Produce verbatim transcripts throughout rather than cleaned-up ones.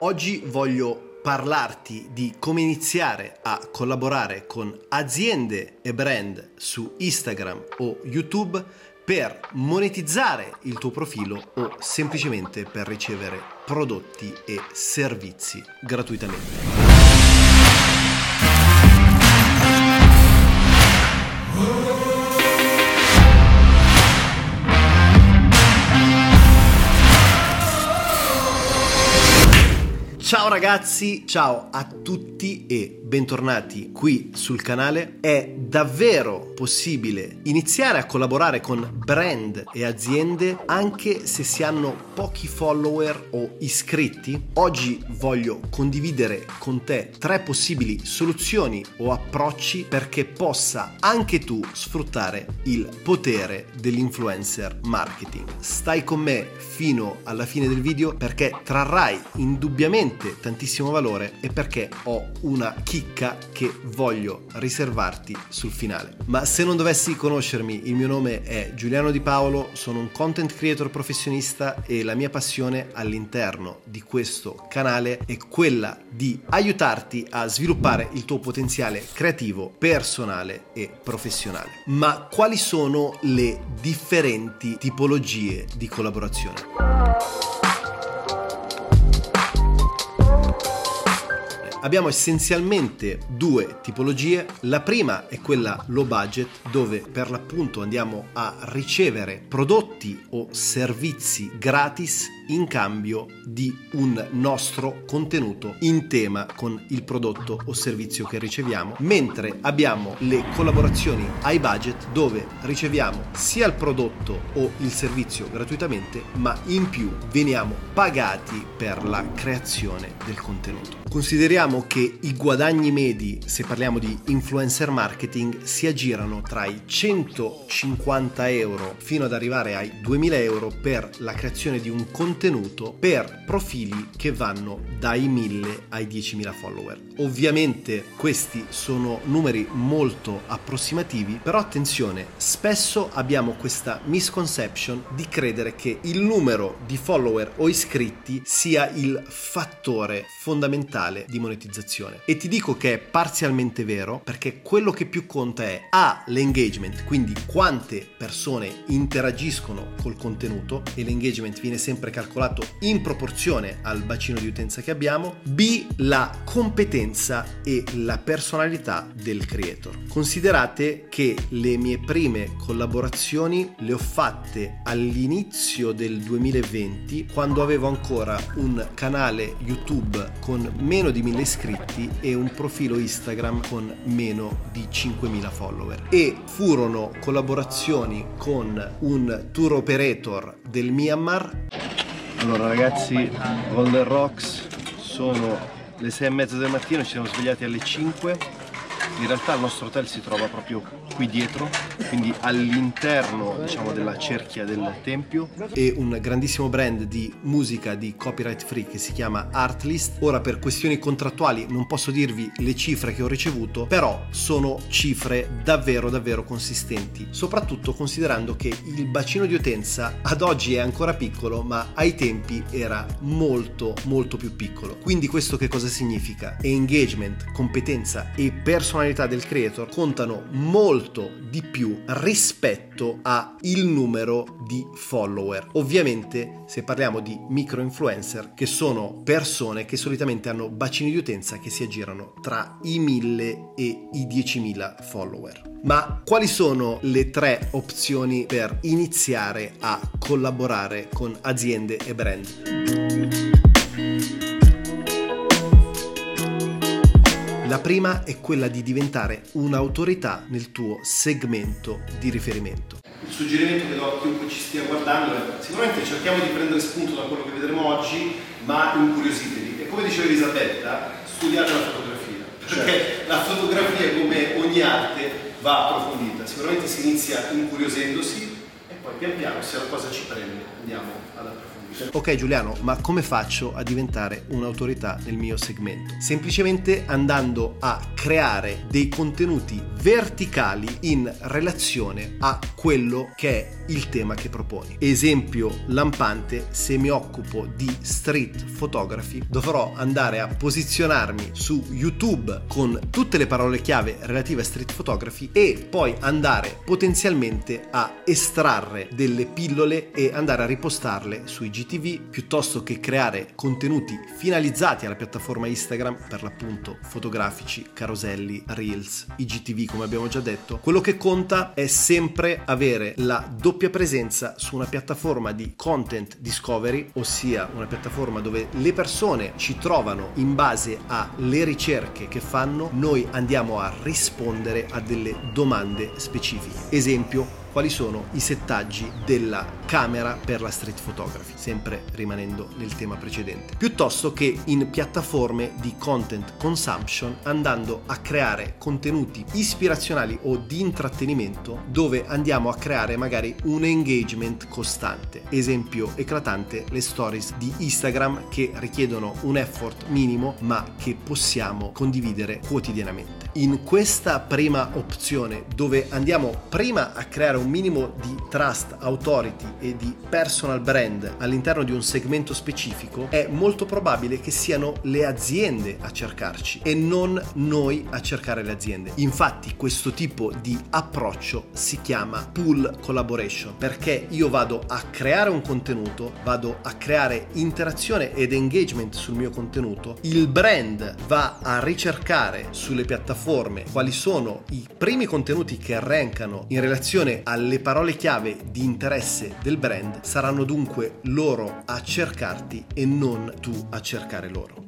Oggi voglio parlarti di come iniziare a collaborare con aziende e brand su Instagram o YouTube per monetizzare il tuo profilo o semplicemente per ricevere prodotti e servizi gratuitamente. Ciao ragazzi, ciao a tutti e bentornati qui sul canale. È davvero possibile iniziare a collaborare con brand e aziende anche se si hanno pochi follower o iscritti? Oggi voglio condividere con te tre possibili soluzioni o approcci perché possa anche tu sfruttare il potere dell'influencer marketing. Stai con me fino alla fine del video perché trarrai indubbiamente tantissimo valore e perché ho una chicca che voglio riservarti sul finale. Ma se non dovessi conoscermi, il mio nome è Giuliano Di Paolo, sono un content creator professionista e la mia passione all'interno di questo canale è quella di aiutarti a sviluppare il tuo potenziale creativo, personale e professionale. Ma quali sono le differenti tipologie di collaborazione? Abbiamo essenzialmente due tipologie. La prima è quella low budget, dove per l'appunto andiamo a ricevere prodotti o servizi gratis in cambio di un nostro contenuto in tema con il prodotto o servizio che riceviamo, mentre abbiamo le collaborazioni high budget dove riceviamo sia il prodotto o il servizio gratuitamente, ma in più veniamo pagati per la creazione del contenuto. Consideriamo che i guadagni medi, se parliamo di influencer marketing, si aggirano tra i centocinquanta euro fino ad arrivare ai duemila euro per la creazione di un contenuto per profili che vanno dai mille ai diecimila follower. Ovviamente questi sono numeri molto approssimativi, però attenzione, spesso abbiamo questa misconception di credere che il numero di follower o iscritti sia il fattore fondamentale di monetizzazione, e ti dico che è parzialmente vero, perché quello che più conta è A, l'engagement, quindi quante persone interagiscono col contenuto, e l'engagement viene sempre calcolato in proporzione al bacino di utenza che abbiamo. B, la competenza e la personalità del creator. Considerate che le mie prime collaborazioni le ho fatte all'inizio del duemilaventi, quando avevo ancora un canale YouTube con meno di mille iscritti e un profilo Instagram con meno di cinquemila follower, e furono collaborazioni con un tour operator del Myanmar. Allora ragazzi, Golden Rocks, sono le sei e mezza del mattino, ci siamo svegliati alle cinque. In realtà il nostro hotel si trova proprio qui dietro, quindi all'interno, diciamo, della cerchia del tempio, e un grandissimo brand di musica di copyright free che si chiama Artlist. Ora, per questioni contrattuali non posso dirvi le cifre che ho ricevuto, però sono cifre davvero davvero consistenti, soprattutto considerando che il bacino di utenza ad oggi è ancora piccolo, ma ai tempi era molto molto più piccolo. Quindi questo che cosa significa? Engagement, competenza e personalità del creator contano molto di più rispetto a il numero di follower. Ovviamente se parliamo di micro influencer, che sono persone che solitamente hanno bacini di utenza che si aggirano tra i mille e i diecimila follower. Ma quali sono le tre opzioni per iniziare a collaborare con aziende e brand? La prima è quella di diventare un'autorità nel tuo segmento di riferimento. Il suggerimento che do a chiunque ci stia guardando è: sicuramente cerchiamo di prendere spunto da quello che vedremo oggi, ma incuriositevi. E come diceva Elisabetta, studiate la fotografia, perché certo, la fotografia, come ogni arte, va approfondita. Sicuramente si inizia incuriosendosi e poi pian piano, se la cosa ci prende, andiamo ad approfondire. Ok Giuliano, ma come faccio a diventare un'autorità nel mio segmento? Semplicemente andando a creare dei contenuti verticali in relazione a quello che è il tema che proponi. Esempio lampante: se mi occupo di street photography, dovrò andare a posizionarmi su YouTube con tutte le parole chiave relative a street photography e poi andare potenzialmente a estrarre delle pillole e andare a ripostarle sui G T V, piuttosto che creare contenuti finalizzati alla piattaforma Instagram, per l'appunto fotografici, caroselli, reels, I G T V come abbiamo già detto. Quello che conta è sempre avere la doppia presenza su una piattaforma di content discovery, ossia una piattaforma dove le persone ci trovano in base alle ricerche che fanno, noi andiamo a rispondere a delle domande specifiche. Esempio: quali sono i settaggi della camera per la street photography, sempre rimanendo nel tema precedente, piuttosto che in piattaforme di content consumption, andando a creare contenuti ispirazionali o di intrattenimento dove andiamo a creare magari un engagement costante. Esempio eclatante: le stories di Instagram, che richiedono un effort minimo ma che possiamo condividere quotidianamente. In questa prima opzione, dove andiamo prima a creare un minimo di trust, authority e di personal brand all'interno di un segmento specifico, è molto probabile che siano le aziende a cercarci e non noi a cercare le aziende. Infatti questo tipo di approccio si chiama pull collaboration, perché io vado a creare un contenuto, vado a creare interazione ed engagement sul mio contenuto, il brand va a ricercare sulle piattaforme quali sono i primi contenuti che rankano in relazione alle parole chiave di interesse del brand, saranno dunque loro a cercarti e non tu a cercare loro.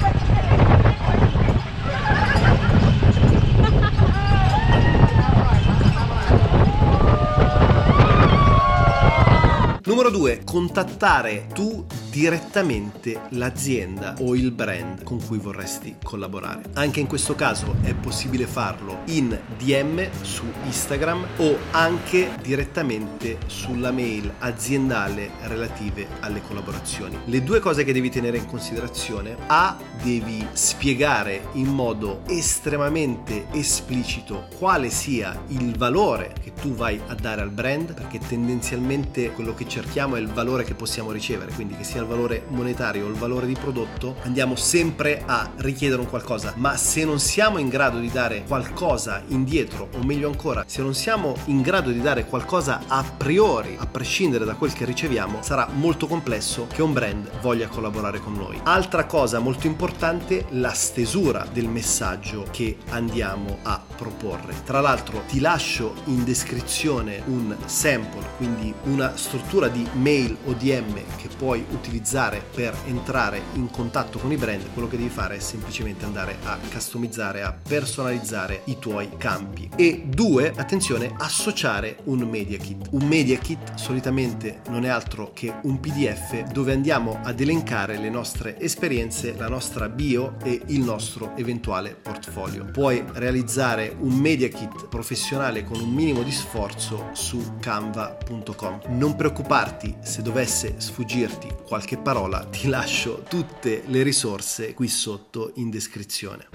Numero due, contattare tu direttamente l'azienda o il brand con cui vorresti collaborare. Anche in questo caso è possibile farlo in D M su Instagram o anche direttamente sulla mail aziendale relative alle collaborazioni. Le due cose che devi tenere in considerazione: A, devi spiegare in modo estremamente esplicito quale sia il valore che tu vai a dare al brand, perché tendenzialmente quello che cerchiamo è il valore che possiamo ricevere, quindi che sia il valore monetario o il valore di prodotto, andiamo sempre a richiedere un qualcosa. Ma se non siamo in grado di dare qualcosa indietro, o meglio ancora, se non siamo in grado di dare qualcosa a priori, a prescindere da quel che riceviamo, sarà molto complesso che un brand voglia collaborare con noi. Altra cosa molto importante: la stesura del messaggio che andiamo a proporre. Tra l'altro ti lascio in descrizione un sample, quindi una struttura di mail o D M che puoi utilizzare per entrare in contatto con i brand. Quello che devi fare è semplicemente andare a customizzare, a personalizzare i tuoi campi. E due, attenzione, associare un media kit. Un media kit solitamente non è altro che un P D F dove andiamo ad elencare le nostre esperienze, la nostra bio e il nostro eventuale portfolio. Puoi realizzare un media kit professionale con un minimo di sforzo su canva punto com. Non preoccuparti se dovesse sfuggirti qualche parola, ti lascio tutte le risorse qui sotto in descrizione.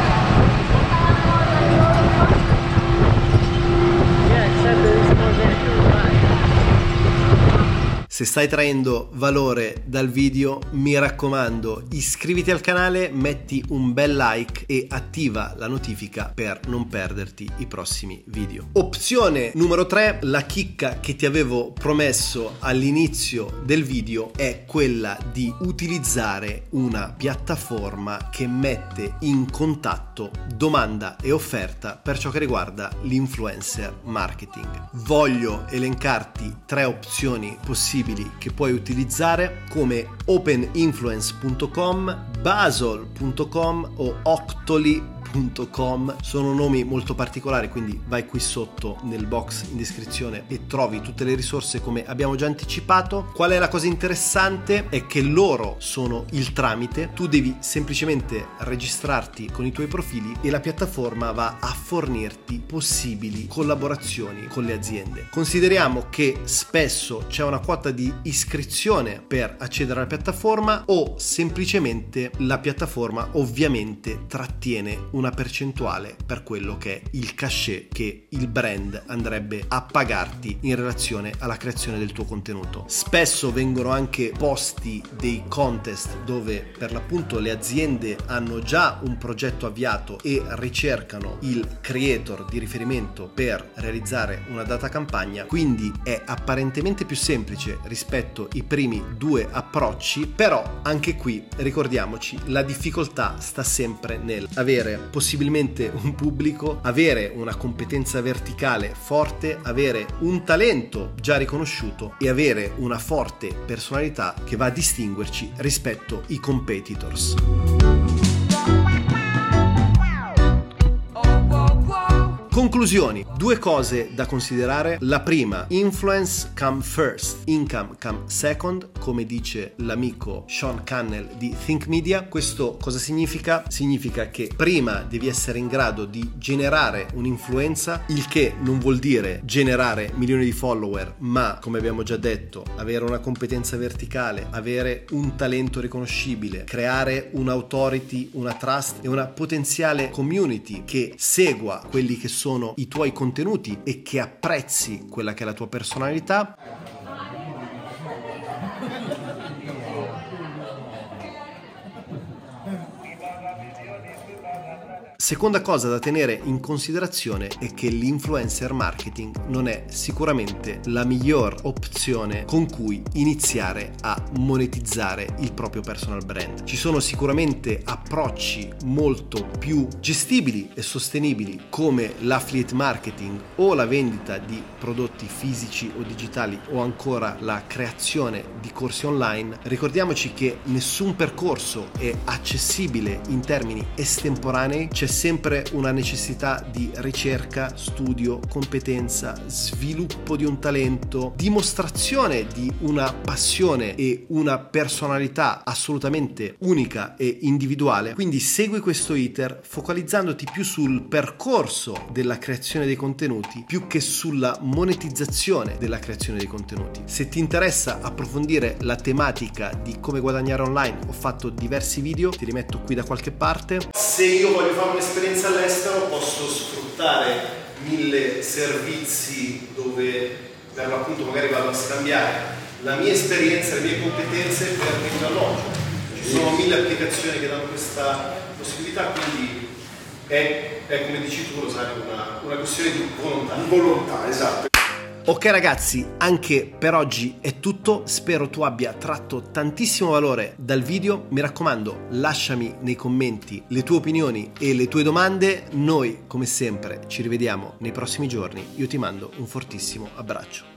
Se stai traendo valore dal video, mi raccomando, iscriviti al canale, metti un bel like e attiva la notifica per non perderti i prossimi video. Opzione numero tre, la chicca che ti avevo promesso all'inizio del video, è quella di utilizzare una piattaforma che mette in contatto domanda e offerta per ciò che riguarda l'influencer marketing. Voglio elencarti tre opzioni possibili che puoi utilizzare, come open influence punto com, basel punto com o octoly punto com. Sono nomi molto particolari, quindi vai qui sotto nel box in descrizione e trovi tutte le risorse come abbiamo già anticipato. Qual è la cosa interessante? È che loro sono il tramite, tu devi semplicemente registrarti con i tuoi profili e la piattaforma va a fornirti possibili collaborazioni con le aziende. Consideriamo che spesso c'è una quota di iscrizione per accedere alla piattaforma, o semplicemente la piattaforma ovviamente trattiene una percentuale per quello che è il cachet che il brand andrebbe a pagarti in relazione alla creazione del tuo contenuto. Spesso vengono anche posti dei contest dove per l'appunto le aziende hanno già un progetto avviato e ricercano il creator di riferimento per realizzare una data campagna, quindi è apparentemente più semplice rispetto ai primi due approcci, però anche qui ricordiamoci, la difficoltà sta sempre nel avere possibilmente un pubblico, avere una competenza verticale forte, avere un talento già riconosciuto e avere una forte personalità che va a distinguerci rispetto ai competitors. Conclusioni, due cose da considerare. La prima, influence come first, income come second, come dice l'amico Sean Cannell di Think Media. Questo cosa significa? Significa che prima devi essere in grado di generare un'influenza, il che non vuol dire generare milioni di follower, ma come abbiamo già detto, avere una competenza verticale, avere un talento riconoscibile, creare un'authority, una trust e una potenziale community che segua quelli che sono sono i tuoi contenuti e che apprezzi quella che è la tua personalità. Seconda cosa da tenere in considerazione è che l'influencer marketing non è sicuramente la miglior opzione con cui iniziare a monetizzare il proprio personal brand. Ci sono sicuramente approcci molto più gestibili e sostenibili come l'affiliate marketing o la vendita di prodotti fisici o digitali o ancora la creazione di corsi online. Ricordiamoci che nessun percorso è accessibile in termini estemporanei, c'è sempre una necessità di ricerca, studio, competenza, sviluppo di un talento, dimostrazione di una passione e una personalità assolutamente unica e individuale. Quindi segui questo iter focalizzandoti più sul percorso della creazione dei contenuti più che sulla monetizzazione della creazione dei contenuti. Se ti interessa approfondire la tematica di come guadagnare online, ho fatto diversi video, ti rimetto qui da qualche parte. Se io voglio fare un'esperienza all'estero posso sfruttare mille servizi dove per l'appunto magari vado a scambiare la mia esperienza, le mie competenze per un alloggio. Ci sono mille applicazioni che danno questa possibilità, quindi è, è come dici tu, lo sai, una, una questione di volontà. Volontà, esatto. Ok ragazzi, anche per oggi è tutto, spero tu abbia tratto tantissimo valore dal video, mi raccomando lasciami nei commenti le tue opinioni e le tue domande, noi come sempre ci rivediamo nei prossimi giorni, io ti mando un fortissimo abbraccio.